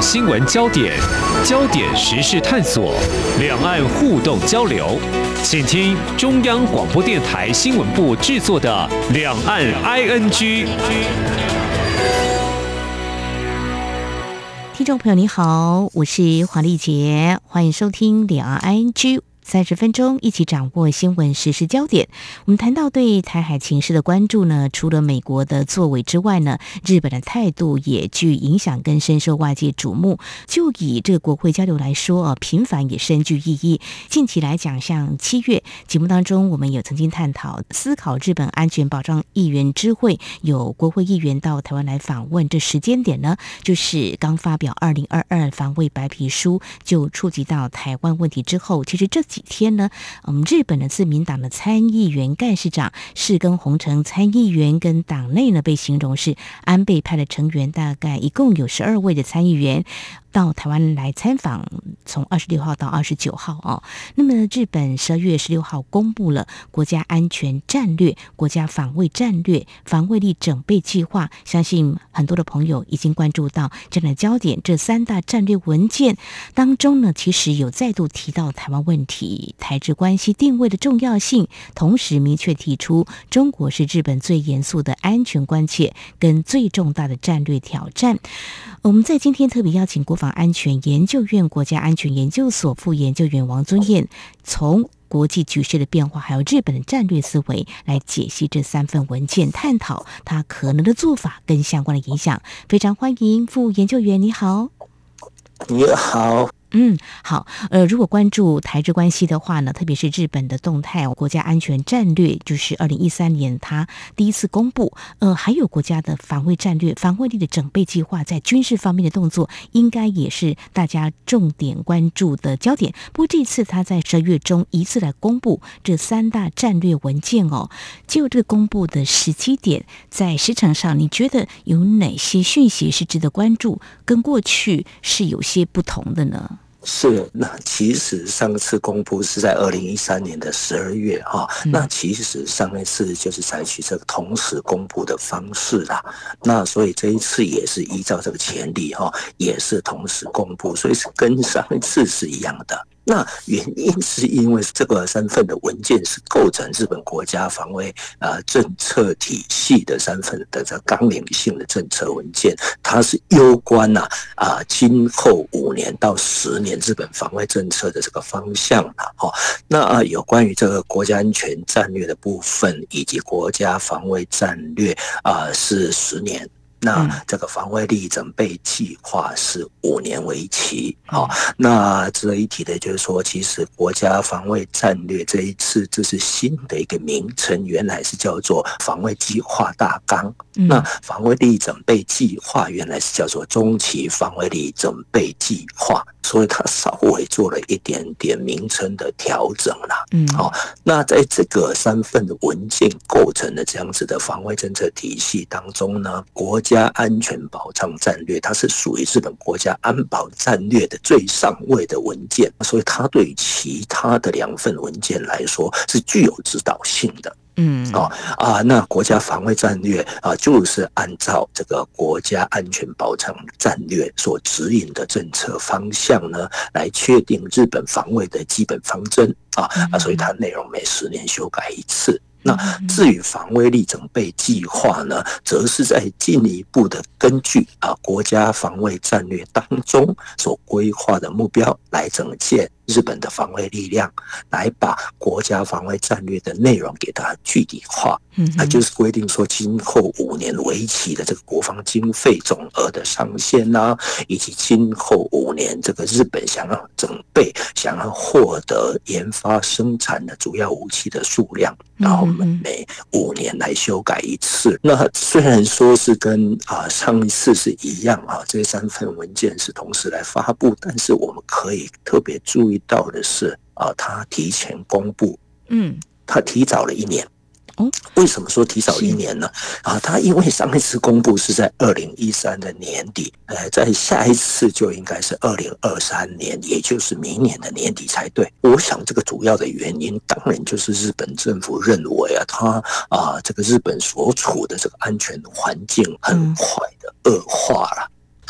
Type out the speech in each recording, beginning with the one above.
岸新闻焦点，焦点时事探索，两岸互动交流。请听中央广播电台新闻部制作的《两岸 ING》。 听众朋友你好，我是黄丽杰，欢迎收听《两岸 ING》。30分钟，一起掌握新闻时事焦点。我们谈到对台海情势的关注呢，除了美国的作为之外呢，日本的态度也具影响跟深受外界瞩目。就以这个国会交流来说，频繁也深具意义。近期来讲，像7月节目当中，我们有曾经探讨思考日本安全保障议员之会，有国会议员到台湾来访问。这时间点呢，就是刚发表2022防卫白皮书，就触及到台湾问题之后，其实这几天呢，日本的自民党的参议员干事长世耕弘成参议员跟党内呢被形容是安倍派的成员，大概一共有12位的参议员到台湾来参访，从26号到29号哦。那么日本12月16号公布了国家安全战略、国家防卫战略、防卫力整备计划，相信很多的朋友已经关注到这样的焦点。这3大战略文件当中呢，其实有再度提到台湾问题、台日关系定位的重要性，同时明确提出中国是日本最严肃的安全关切跟最重大的战略挑战。我们在今天特别邀请国防安全研究院国家安全研究所副研究员王尊彦，从国际局势的变化还有日本的战略思维来解析这3份文件，探讨它可能的做法跟相关的影响。非常欢迎副研究员，你好。 你好。 好，如果关注台日关系的话呢，特别是日本的动态，国家安全战略就是2013年它第一次公布，还有国家的防卫战略、防卫力的整备计划，在军事方面的动作，应该也是大家重点关注的焦点。不过这次他在12月中一次来公布这3大战略文件哦，就这个公布的时机点，在时程上，你觉得有哪些讯息是值得关注，跟过去是有些不同的呢？ 是，那其实上次公布是在2013年的12月哈，那其实上一次就是采取这个同时公布的方式啦，那所以这一次也是依照这个前例哈，也是同时公布，所以是跟上一次是一样的。那原因是因为这个3份的文件是构成日本国家防卫政策体系的3份的这纲领性的政策文件，它是攸关今后5年到10年日本防卫政策的这个方向啦。那有关于这个国家安全战略的部分以及国家防卫战略是10年。那这个防卫力整备计划是5年为期。那值得一提的就是说，其实国家防卫战略这一次这是新的一个名称，原来是叫做防卫计划大纲。那防卫力整备计划原来是叫做中期防卫力整备计划，所以它稍微做了一点点名称的调整啦。那在这个3份的文件构成的这样子的防卫政策体系当中呢，国家安全保障战略它是属于日本国家安保战略的最上位的文件，所以它对于其他的2份文件来说是具有指导性的。那国家防卫战略就是按照这个国家安全保障战略所指引的政策方向呢，来确定日本防卫的基本方针所以它内容每10年修改一次。那至于防卫力整备计划呢，则是在进一步的根据国家防卫战略当中所规划的目标来整建日本的防卫力量，来把国家防卫战略的内容给它具体化。就是规定说今后5年为期的这个国防经费总额的上限以及今后5年这个日本想要整备、想要获得研发生产的主要武器的数量，然后每5年来修改一次。那虽然说是跟上一次是一样这3份文件是同时来发布，但是我们可以特别注意到的是它提前公布，它提早了1年。为什么说提早1年呢？它因为上一次公布是在2013的年底，在下一次就应该是2023年，也就是明年的年底才对。我想这个主要的原因，当然就是日本政府认为它这个日本所处的这个安全环境很快的恶化了。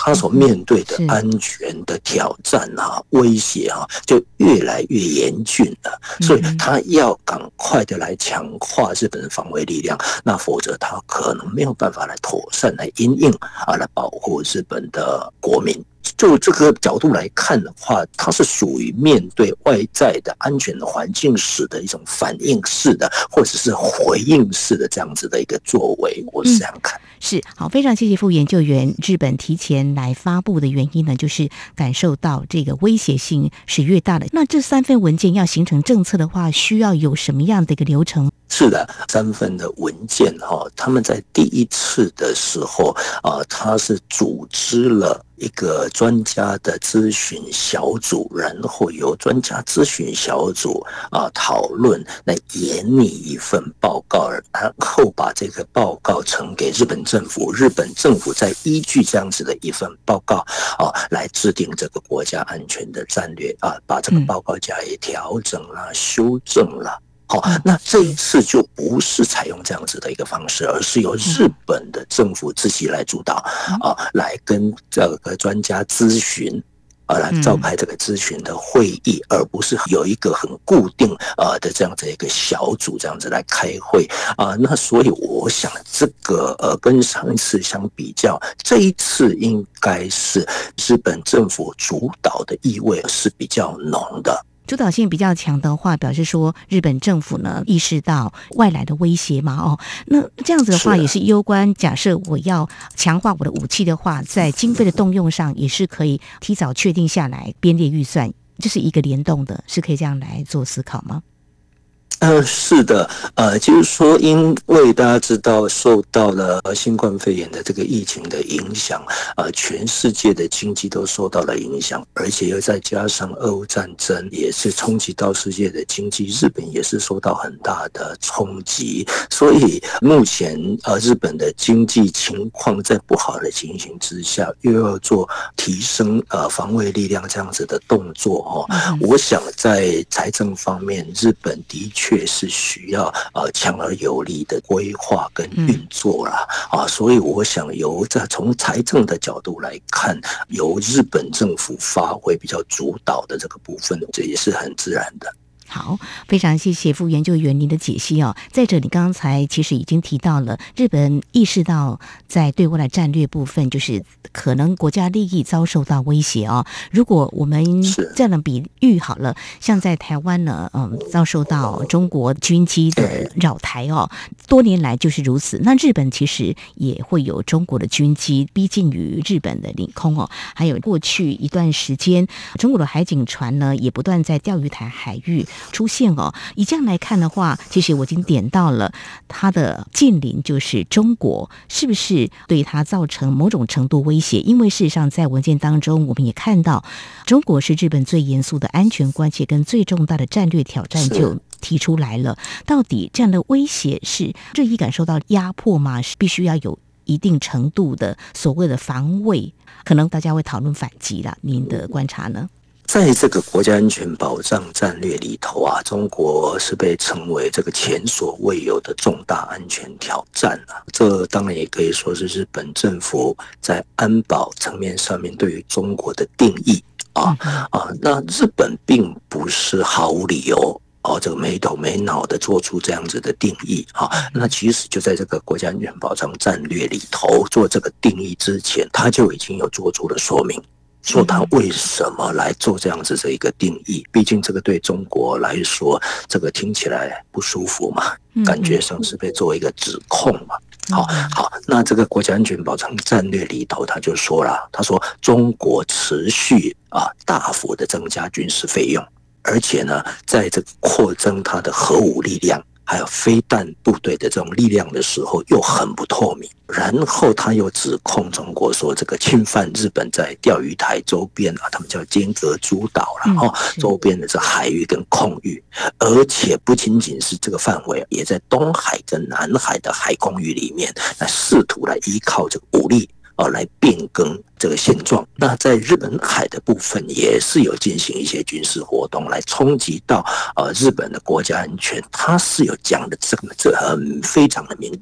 他所面对的安全的挑战威胁就越来越严峻了，所以他要赶快的来强化日本的防卫力量，那否则他可能没有办法来妥善来因应来保护日本的国民。就这个角度来看的话，它是属于面对外在的安全的环境时的一种反应式的，或者是回应式的这样子的一个作为，我是这样看。 是，好，非常谢谢副研究员。日本提前来发布的原因呢，就是感受到这个威胁性是越大的。那这3份文件要形成政策的话，需要有什么样的一个流程？ 是的，3份的文件他们在第一次的时候他是组织了一个专家的咨询小组，然后由专家咨询小组讨论，来研拟一份报告，然后把这个报告呈给日本政府，日本政府再依据这样子的一份报告来制定这个国家安全的战略把这个报告加以调整修正了。那这一次就不是采用这样子的一个方式，而是由日本的政府自己来主导来跟这个专家咨询来召开这个咨询的会议，而不是有一个很固定的这样子一个小组这样子来开会那所以我想这个跟上一次相比较，这一次应该是日本政府主导的意味是比较浓的。 主导性比较强的话，表示说日本政府呢意识到外来的威胁嘛那这样子的话也是攸关，假设我要强化我的武器的话，在经费的动用上也是可以提早确定下来编列预算，这是一个联动的，是可以这样来做思考吗？ 是的，就是说，因为大家知道受到了新冠肺炎的这个疫情的影响，全世界的经济都受到了影响，而且又再加上俄乌战争也是冲击到世界的经济，日本也是受到很大的冲击，所以目前日本的经济情况在不好的情形之下，又要做提升防卫力量这样子的动作我想在财政方面，日本的确是需要强而有力的规划跟运作啦所以我想从财政的角度来看，由日本政府发挥比较主导的这个部分，这也是很自然的。 好，非常谢谢副研究员您的解析在这里刚才其实已经提到了，日本意识到在对外的战略部分，就是可能国家利益遭受到威胁如果我们这样的比喻好了，像在台湾呢，遭受到中国军机的扰台多年来就是如此。那日本其实也会有中国的军机逼近于日本的领空还有过去一段时间，中国的海警船呢也不断在钓鱼台海域出现以这样来看的话，其实我已经点到了它的近邻就是中国，是不是对它造成某种程度威胁？因为事实上在文件当中我们也看到，中国是日本最严肃的安全关切跟最重大的战略挑战就提出来了。到底这样的威胁是日益感受到压迫吗？是必须要有一定程度的所谓的防卫，可能大家会讨论反击啦，您的观察呢？ 在这个国家安全保障战略里头中国是被称为这个前所未有的重大安全挑战这当然也可以说是日本政府在安保层面上面对于中国的定义那日本并不是毫无理由这个没头没脑的做出这样子的定义那其实就在这个国家安全保障战略里头做这个定义之前，他就已经有做出了说明，说他为什么来做这样子的一个定义，毕竟这个对中国来说，这个听起来不舒服嘛，感觉上是被作为一个指控嘛。好，那这个国家安全保障战略里头，他就说了，他说中国持续大幅的增加军事费用，而且呢，在这个扩增它的核武力量，还有飞弹部队的这种力量的时候，又很不透明。然后他又指控中国说，这个侵犯日本在钓鱼台周边他们叫尖阁诸岛周边的这海域跟空域，而且不仅仅是这个范围，也在东海跟南海的海空域里面，来试图来依靠这个武力来变更这个现状。那在日本海的部分也是有进行一些军事活动来冲击到日本的国家安全，它是有讲的这很非常的明确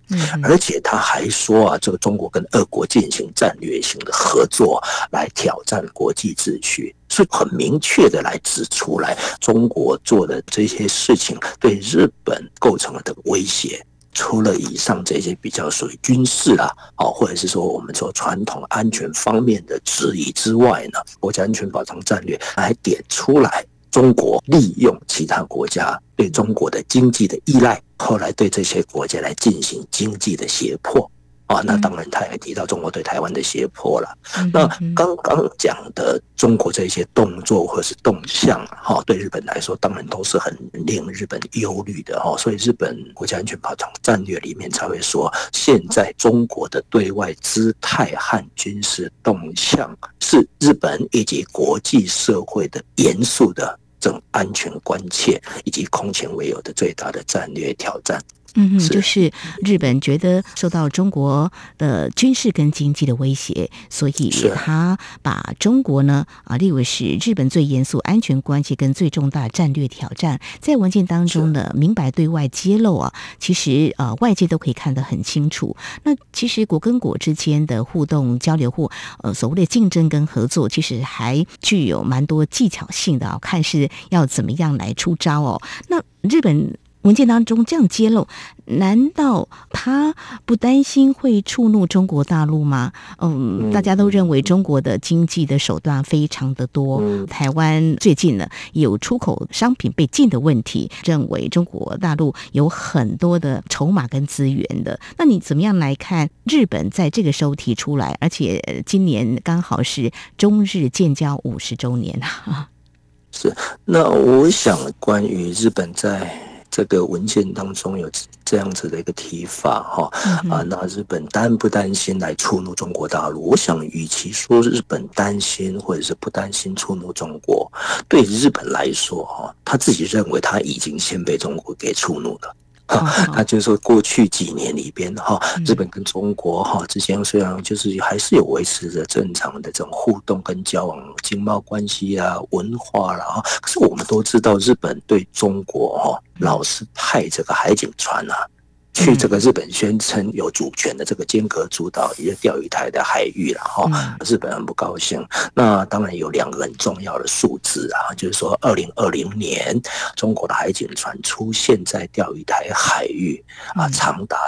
而且他还说啊，这个中国跟俄国进行战略性的合作，来挑战国际秩序，所以很明确的来指出来，中国做的这些事情对日本构成了的威胁。除了以上这些比较属于军事啊，或者是说我们说传统安全方面的质疑之外呢，国家安全保障战略还点出来，中国利用其他国家对中国的经济的依赖，后来对这些国家来进行经济的胁迫。那当然他也提到中国对台湾的胁迫了。那刚刚讲的中国这些动作或是动向，对日本来说当然都是很令日本忧虑的。所以日本国家安全保障战略里面才会说，现在中国的对外姿态和军事动向是日本以及国际社会的严肃的这种安全关切以及空前未有的最大的战略挑战。 就是日本觉得受到中国的军事跟经济的威胁，所以他把中国呢列为是日本最严肃安全关系跟最重大战略挑战。在文件当中呢，明白对外揭露啊，其实外界都可以看得很清楚。那其实国跟国之间的互动交流或所谓的竞争跟合作，其实还具有蛮多技巧性的看是要怎么样来出招哦。那日本文件当中这样揭露，难道他不担心会触怒中国大陆吗？大家都认为中国的经济的手段非常的多，台湾最近呢有出口商品被禁的问题，认为中国大陆有很多的筹码跟资源的。那你怎么样来看日本在这个时候提出来，而且今年刚好是中日建交50周年啊？ 是，那我想关于日本在这个文件当中有这样子的一个提法那日本担不担心来触怒中国大陆？我想与其说日本担心或者是不担心触怒中国，对日本来说他自己认为他已经先被中国给触怒了。他就是说过去几年里边日本跟中国之间虽然就是还是有维持着正常的这种互动跟交往，经贸关系啊、文化啦可是我们都知道日本对中国老是派这个海警船去这个日本宣称有主权的这个尖阁诸岛也是钓鱼台的海域日本很不高兴。那当然有2个很重要的数字就是说2020年中国的海警船出现在钓鱼台海域长达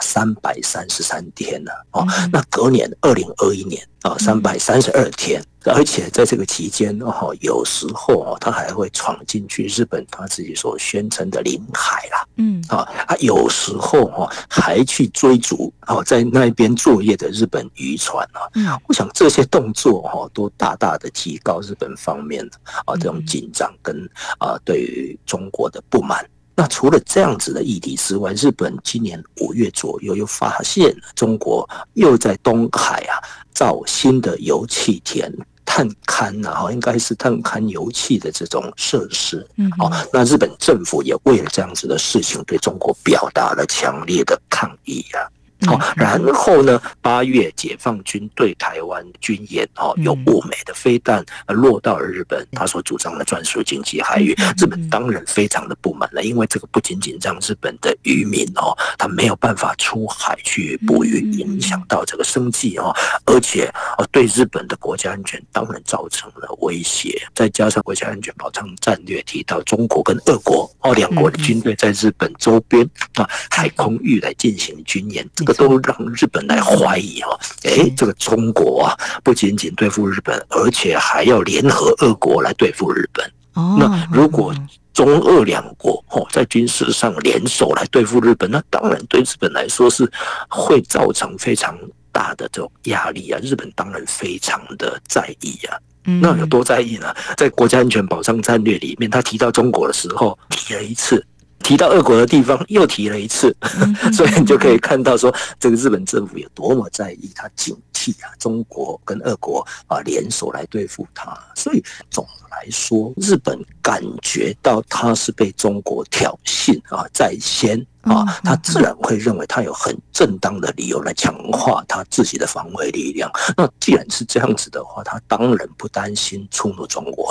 333天那隔年2021年332天，而且在这个期间有时候他还会闯进去日本他自己所宣称的领海啦，有时候还去追逐在那边作业的日本渔船我想这些动作都大大的提高日本方面这种紧张跟对于中国的不满。那除了这样子的议题之外，日本今年5月左右又发现中国又在东海造新的油气田探勘应该是探勘油气的这种设施那日本政府也为了这样子的事情对中国表达了强烈的抗议然后呢8月解放军对台湾军演有5枚的飞弹落到了日本他所主张的专属经济海域，日本当然非常的不满了，因为这个不仅仅让日本的渔民他没有办法出海去捕鱼，影响到这个生计而且对日本的国家安全当然造成了威胁。再加上国家安全保障战略提到中国跟俄国2国的军队在日本周边海空域来进行军演，这个都让日本来怀疑这个中国不仅仅对付日本，而且还要联合俄国来对付日本。那如果中俄2国在军事上联手来对付日本，那当然对日本来说是会造成非常大的这种压力日本当然非常的在意那有多在意呢？在国家安全保障战略里面，他提到中国的时候提了一次，提到俄国的地方又提了一次所以你就可以看到说这个日本政府有多么在意，他警惕中国跟俄国联手来对付他。所以总的来说，日本感觉到他是被中国挑衅在先他自然会认为他有很正当的理由来强化他自己的防卫力量。那既然是这样子的话，他当然不担心触怒中国了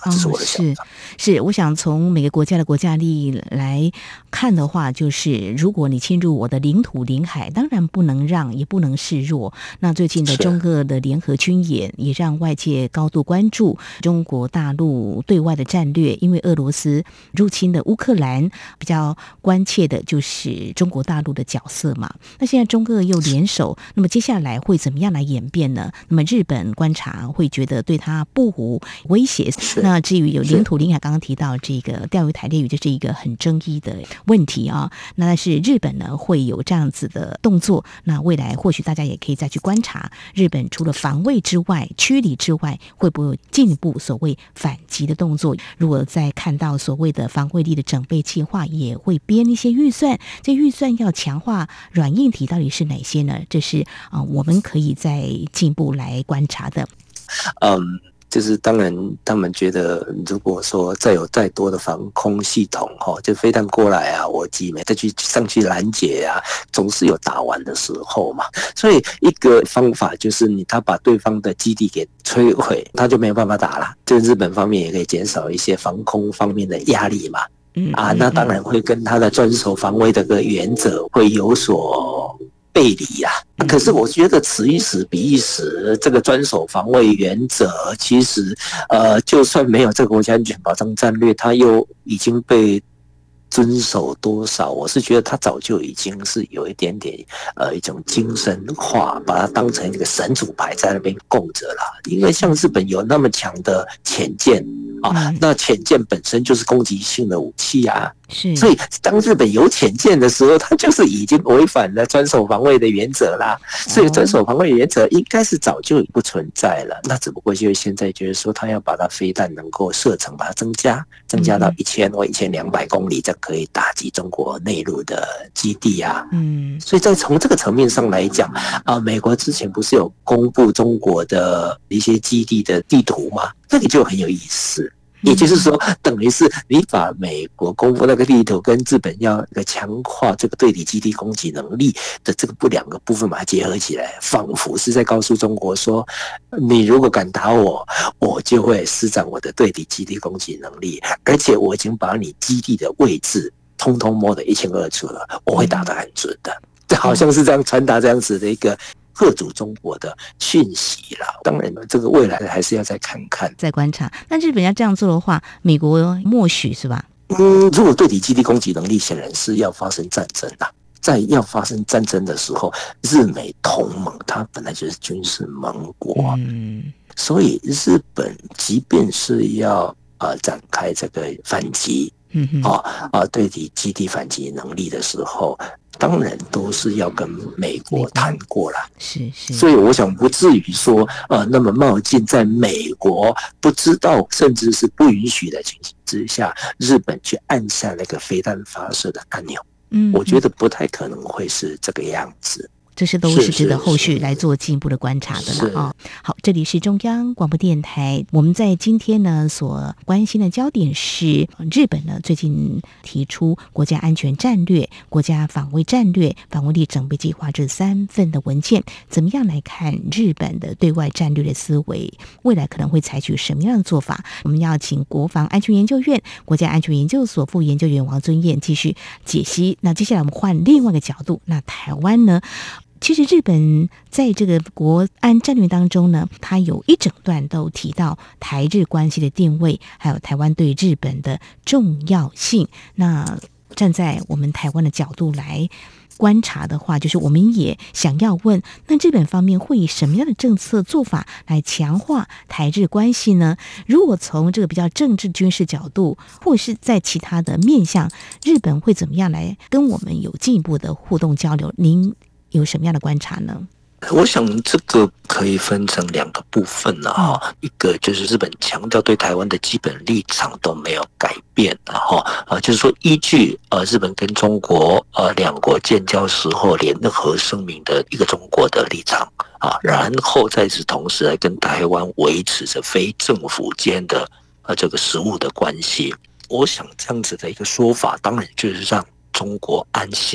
这是我的想法。 是，我想从每个国家的国家利益来看的话，就是如果你侵入我的领土领海，当然不能让，也不能示弱。那最近的中俄的联合军演也让外界高度关注中国大陆对外的战略，因为俄罗斯入侵的乌克兰，比较关切的就是中国大陆的角色嘛。那现在中俄又联手，那么接下来会怎么样来演变呢？那么日本观察会觉得对他不无威胁。那至于有领土领海，刚刚提到这个钓鱼台列屿，这是一个很争议的问题啊。那但是日本呢会有这样子的动作，那未来或许大家也可以再去观察，日本除了防卫之外、驱离之外，会不会进一步所谓反击的动作？如果再看到所谓的防卫力的整备计划，也会编一些预算，这预算要强化软硬体到底是哪些呢？这是我们可以再进一步来观察的。 就是当然他们觉得如果说再多的防空系统就飞弹过来啊，我机没再去上去拦截啊，总是有打完的时候嘛。所以一个方法就是他把对方的基地给摧毁，他就没有办法打了。就日本方面也可以减少一些防空方面的压力嘛。那当然会跟他的专守防卫这个原则会有所背离啊。可是我觉得此一时彼一时，这个专守防卫原则其实就算没有这个国家安全保障战略，它又已经被遵守多少？我是觉得它早就已经是有一点点一种精神化，把它当成一个神主牌在那边供着了。因为像日本有那么强的潜舰那潜舰本身就是攻击性的武器啊。所以当日本有潜舰的时候，它就是已经违反了专守防卫的原则啦。所以专守防卫原则应该是早就不存在了。那只不过就是现在觉得说，他要把它飞弹能够射程把它增加到1000或1200公里，这可以打击中国内陆的基地啊。所以在从这个层面上来讲美国之前不是有公布中国的一些基地的地图吗？那个就很有意思。也就是说，等于是你把美国公布那个地图跟日本要强化这个对敌基地攻击能力的这个两个部分把它结合起来，仿佛是在告诉中国说，你如果敢打我，我就会施展我的对敌基地攻击能力，而且我已经把你基地的位置通通摸得一清二楚了，我会打得很准的。好像是这样传达这样子的一个吓阻中国的讯息啦。当然这个未来还是要再看看再观察。那日本要这样做的话，美国默许是吧？ 如果对敌基地攻击能力，显然是要发生战争啦。在要发生战争的时候，日美同盟它本来就是军事盟国所以日本即便是要展开这个反击对敌基地反击能力的时候，当然都是要跟美国谈过了。 是。 所以我想不至于说那么冒进在美国不知道甚至是不允许的情形之下，日本去按下那个飞弹发射的按钮。我觉得不太可能会是这个样子。 这些都是值得后续来做进一步的观察的了好，这里是中央广播电台，我们在今天呢所关心的焦点是日本呢最近提出国家安全战略、国家防卫战略、防卫力整备计划这3份的文件，怎么样来看日本的对外战略的思维，未来可能会采取什么样的做法？我们要请国防安全研究院国家安全研究所副研究员王尊彦继续解析。那接下来我们换另外一个角度，那台湾呢？其实日本在这个国安战略当中呢，它有一整段都提到台日关系的定位，还有台湾对日本的重要性。那站在我们台湾的角度来观察的话，就是我们也想要问，那日本方面会以什么样的政策做法来强化台日关系呢？如果从这个比较政治军事角度，或是在其他的面向，日本会怎么样来跟我们有进一步的互动交流？您有什么样的观察呢？ 我想这个可以分成2个部分一个就是日本强调对台湾的基本立场都没有改变就是说依据日本跟中国2国建交时候联合声明的一个中国的立场然后在此同时来跟台湾维持着非政府间的这个实务的关系。我想这样子的一个说法，当然就是让中国安心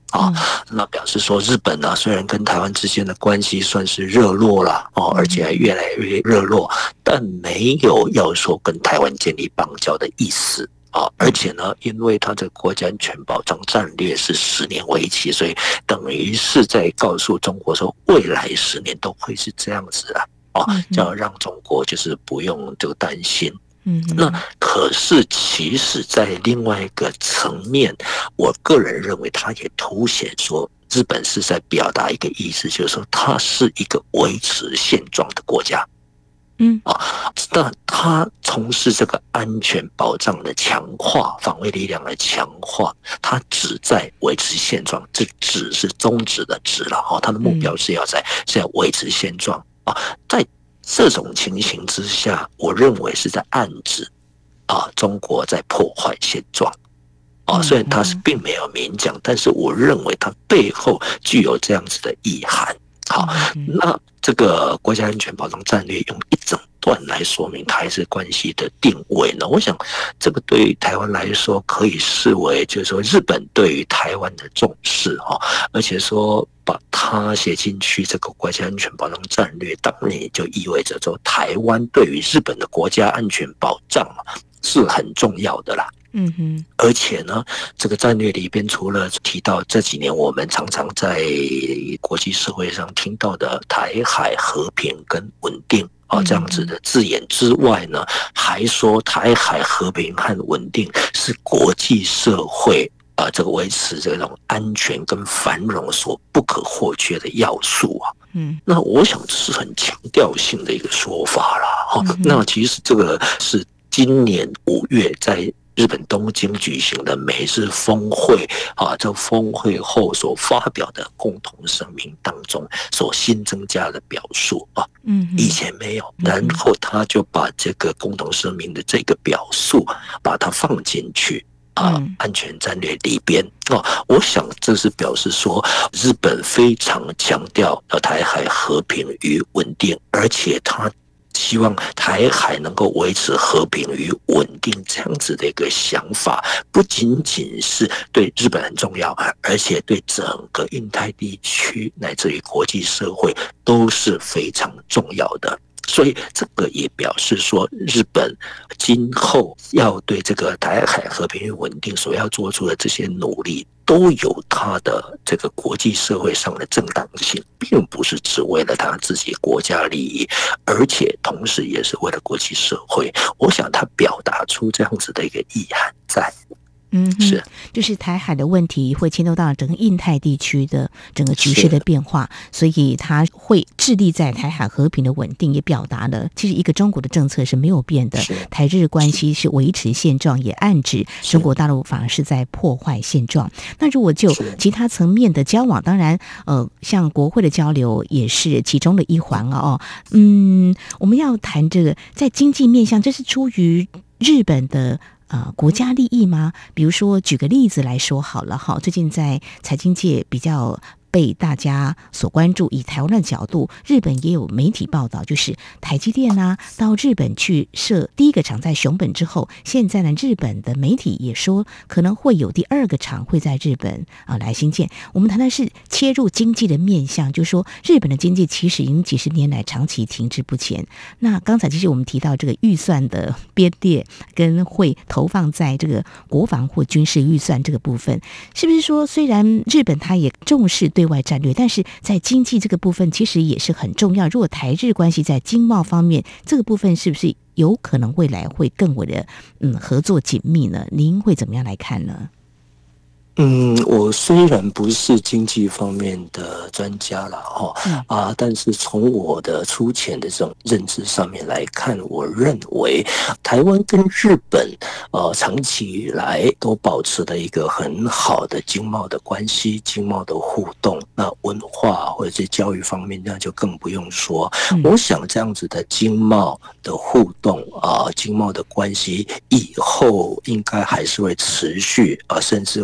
那表示说日本呢，虽然跟台湾之间的关系算是热络了而且还越来越热络，但没有要说跟台湾建立邦交的意思。而且呢，因为它的国家安全保障战略是10年为期，所以等于是在告诉中国说，未来10年都会是这样子就要让中国就是不用这个担心。那可是其实在另外一个层面，我个人认为它也凸显说，日本是在表达一个意思，就是说它是一个维持现状的国家。那他从事这个安全保障的强化、防卫力量的强化，他只在维持现状，这只是终止的止了他的目标是要维持现状在这种情形之下，我认为是在暗指中国在破坏现状虽然他是并没有明讲，但是我认为他背后具有这样子的意涵。那这个国家安全保障战略用一整段来说明台日关系的定位呢，我想这个对于台湾来说可以视为就是说日本对于台湾的重视而且说把它写进去这个国家安全保障战略，当然也就意味着说台湾对于日本的国家安全保障是很重要的啦。而且呢，这个战略里边除了提到这几年我们常常在国际社会上听到的台海和平跟稳定这样子的字眼之外呢，还说台海和平和稳定是国际社会这个维持这种安全跟繁荣所不可或缺的要素那我想这是很强调性的一个说法啦那其实这个是今年5月在日本东京举行的美日峰会这峰会后所发表的共同声明当中所新增加的表述以前没有，然后他就把这个共同声明的这个表述把它放进去安全战略里边我想这是表示说日本非常强调台海和平与稳定，而且他希望台海能够维持和平与稳定这样子的一个想法，不仅仅是对日本很重要，而且对整个印太地区乃至于国际社会都是非常重要的。所以这个也表示说，日本今后要对这个台海和平与稳定所要做出的这些努力，都有它的这个国际社会上的正当性，并不是只为了他自己国家利益，而且同时也是为了国际社会。我想他表达出这样子的一个意涵在。是， 就是台海的问题会牵动到整个印太地区的整个局势的变化，所以他会致力在台海和平的稳定，也表达了其实一个中国的政策是没有变的，台日关系是维持现状，也暗指中国大陆反而是在破坏现状。那如果就其他层面的交往，当然像国会的交流也是其中的一环我们要谈这个在经济面向，这是出于日本的国家利益吗？比如说举个例子来说好了最近在财经界比较被大家所关注，以台湾的角度，日本也有媒体报道，就是台积电到日本去设第一个厂在熊本之后，现在呢日本的媒体也说可能会有第2个厂会在日本来兴建。我们谈的是切入经济的面向，就是说日本的经济其实已经几十年来长期停滞不前。那刚才其实我们提到这个预算的编列跟会投放在这个国防或军事预算这个部分，是不是说虽然日本它也重视对外战略，但是在经济这个部分其实也是很重要。如果台日关系在经贸方面这个部分是不是有可能未来会更为的合作紧密呢？您会怎么样来看呢？ 我虽然不是经济方面的专家啦但是从我的粗浅的这种认知上面来看，我认为台湾跟日本长期以来都保持了一个很好的经贸的关系、经贸的互动。那文化或者是教育方面，那就更不用说。我想这样子的经贸的互动经贸的关系以后应该还是会持续甚至会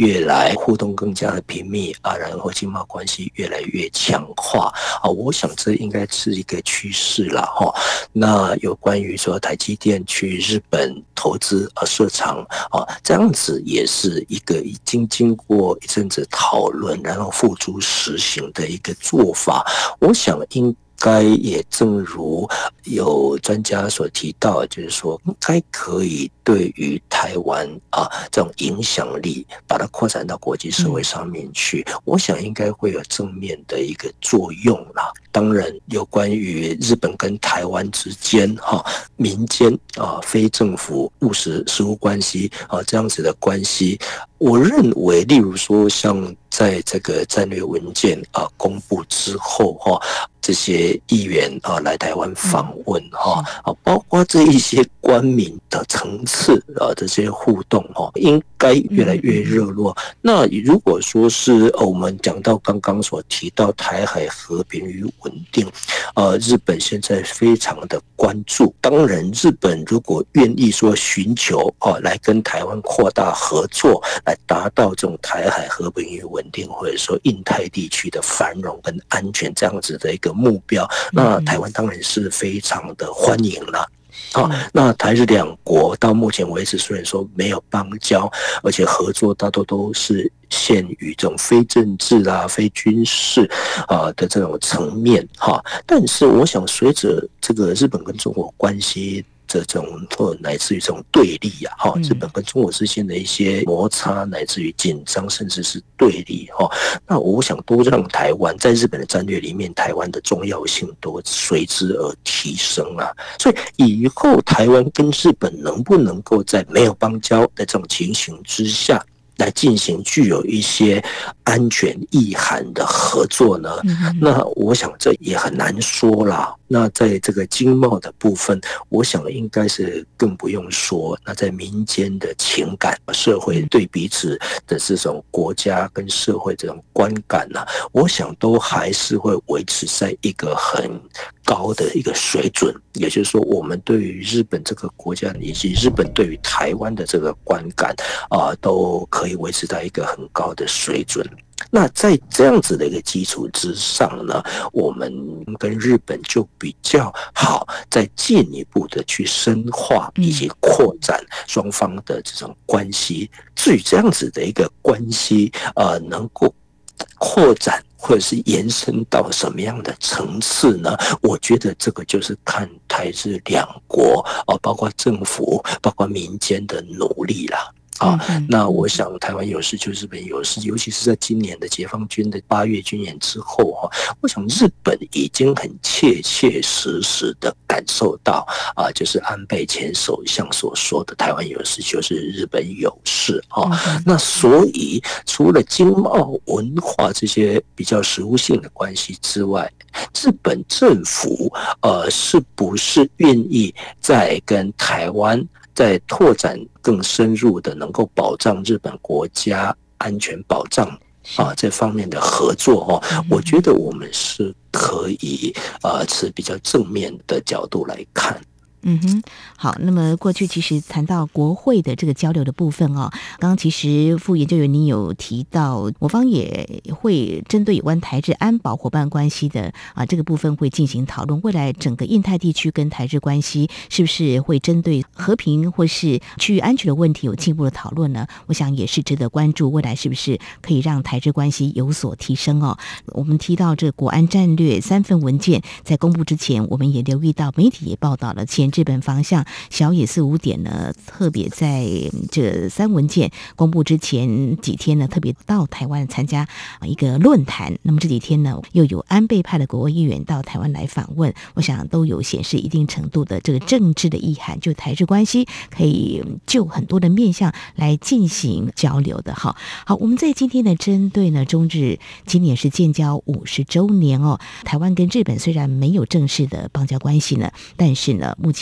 越来互动更加的频密啊，然后经贸关系越来越强化啊，我想这应该是一个趋势了哈。那有关于说台积电去日本投资设厂啊，这样子也是一个已经经过一阵子讨论，然后付诸实行的一个做法。我想应该也正如有专家所提到，就是说应该可以对于台湾这种影响力，把它扩展到国际社会上面去，我想应该会有正面的一个作用啦。当然，有关于日本跟台湾之间民间非政府务实实务关系这样子的关系，我认为，例如说像在这个战略文件公布之后这些议员来台湾访问包括这一些官民的层次这些互动应该越来越热络。那如果说是我们讲到刚刚所提到台海和平与稳定，日本现在非常的关注。当然，日本如果愿意说寻求来跟台湾扩大合作，来达到这种台海和平与稳定，或者说印太地区的繁荣跟安全这样子的一个目标，那台湾当然是非常的欢迎了。那台日两国到目前为止虽然说没有邦交，而且合作大多都是限于这种非政治非军事的这种层面但是我想随着这个日本跟中国关系这种或乃至于这种对立日本跟中国之间的一些摩擦，乃至于紧张，甚至是对立那我想都让台湾在日本的战略里面，台湾的重要性都随之而提升所以以后台湾跟日本能不能够在没有邦交的这种情形之下来进行具有一些安全意涵的合作呢？那我想这也很难说啦。那在这个经贸的部分，我想应该是更不用说。那在民间的情感、社会对彼此的这种国家跟社会这种观感我想都还是会维持在一个很高的一个水准。也就是说，我们对于日本这个国家以及日本对于台湾的这个观感都可以维持在一个很高的水准。那在这样子的一个基础之上呢，我们跟日本就比较好再进一步的去深化以及扩展双方的这种关系。至于这样子的一个关系能够扩展或者是延伸到什么样的层次呢？我觉得这个就是看台日两国包括政府包括民间的努力啦。那我想台湾有事就日本有事，尤其是在今年的解放军的8月军演之后我想日本已经很切切实实的感受到就是安倍前首相所说的台湾有事就是日本有事那所以除了经贸文化这些比较实务性的关系之外，日本政府是不是愿意再跟台湾在拓展更深入的能够保障日本国家安全保障这方面的合作我觉得我们是可以持比较正面的角度来看。 好，那么过去其实谈到国会的这个交流的部分刚刚其实副研究员你有提到，我方也会针对有关台日安保伙伴关系的这个部分会进行讨论，未来整个印太地区跟台日关系是不是会针对和平或是区域安全的问题有进一步的讨论呢？我想也是值得关注，未来是不是可以让台日关系有所提升我们提到这国安战略3份文件在公布之前，我们也留意到媒体也报道了前日本防相小野4-5点呢，特别在这3文件公布之前几天呢，特别到台湾参加一个论坛。那么这几天呢，又有安倍派的国会议员到台湾来访问，我想都有显示一定程度的这个政治的意涵，就台日关系可以就很多的面向来进行交流的。好，我们在今天呢，针对呢中日今年是建交50周年台湾跟日本虽然没有正式的邦交关系呢，但是呢，目前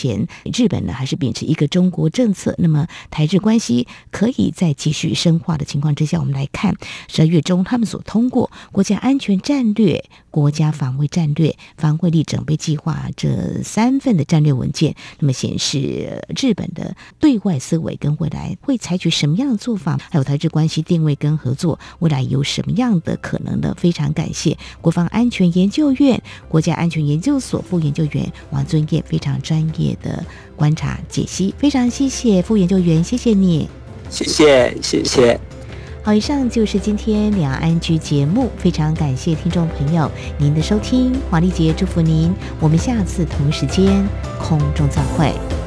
前日本呢还是秉持一个中国政策，那么台日关系可以再继续深化的情况之下，我们来看12月中他们所通过国家安全战略、国家防卫战略、防卫力整备计划这3份的战略文件，那么显示日本的对外思维跟未来会采取什么样的做法，还有台日关系定位跟合作未来有什么样的可能的。非常感谢国防安全研究院国家安全研究所副研究员王尊彦非常专业的观察解析，非常谢谢副研究员，谢谢你。 谢谢。 好，以上就是今天两岸居节目，非常感谢听众朋友您的收听，华丽姐祝福您，我们下次同时间空中再会。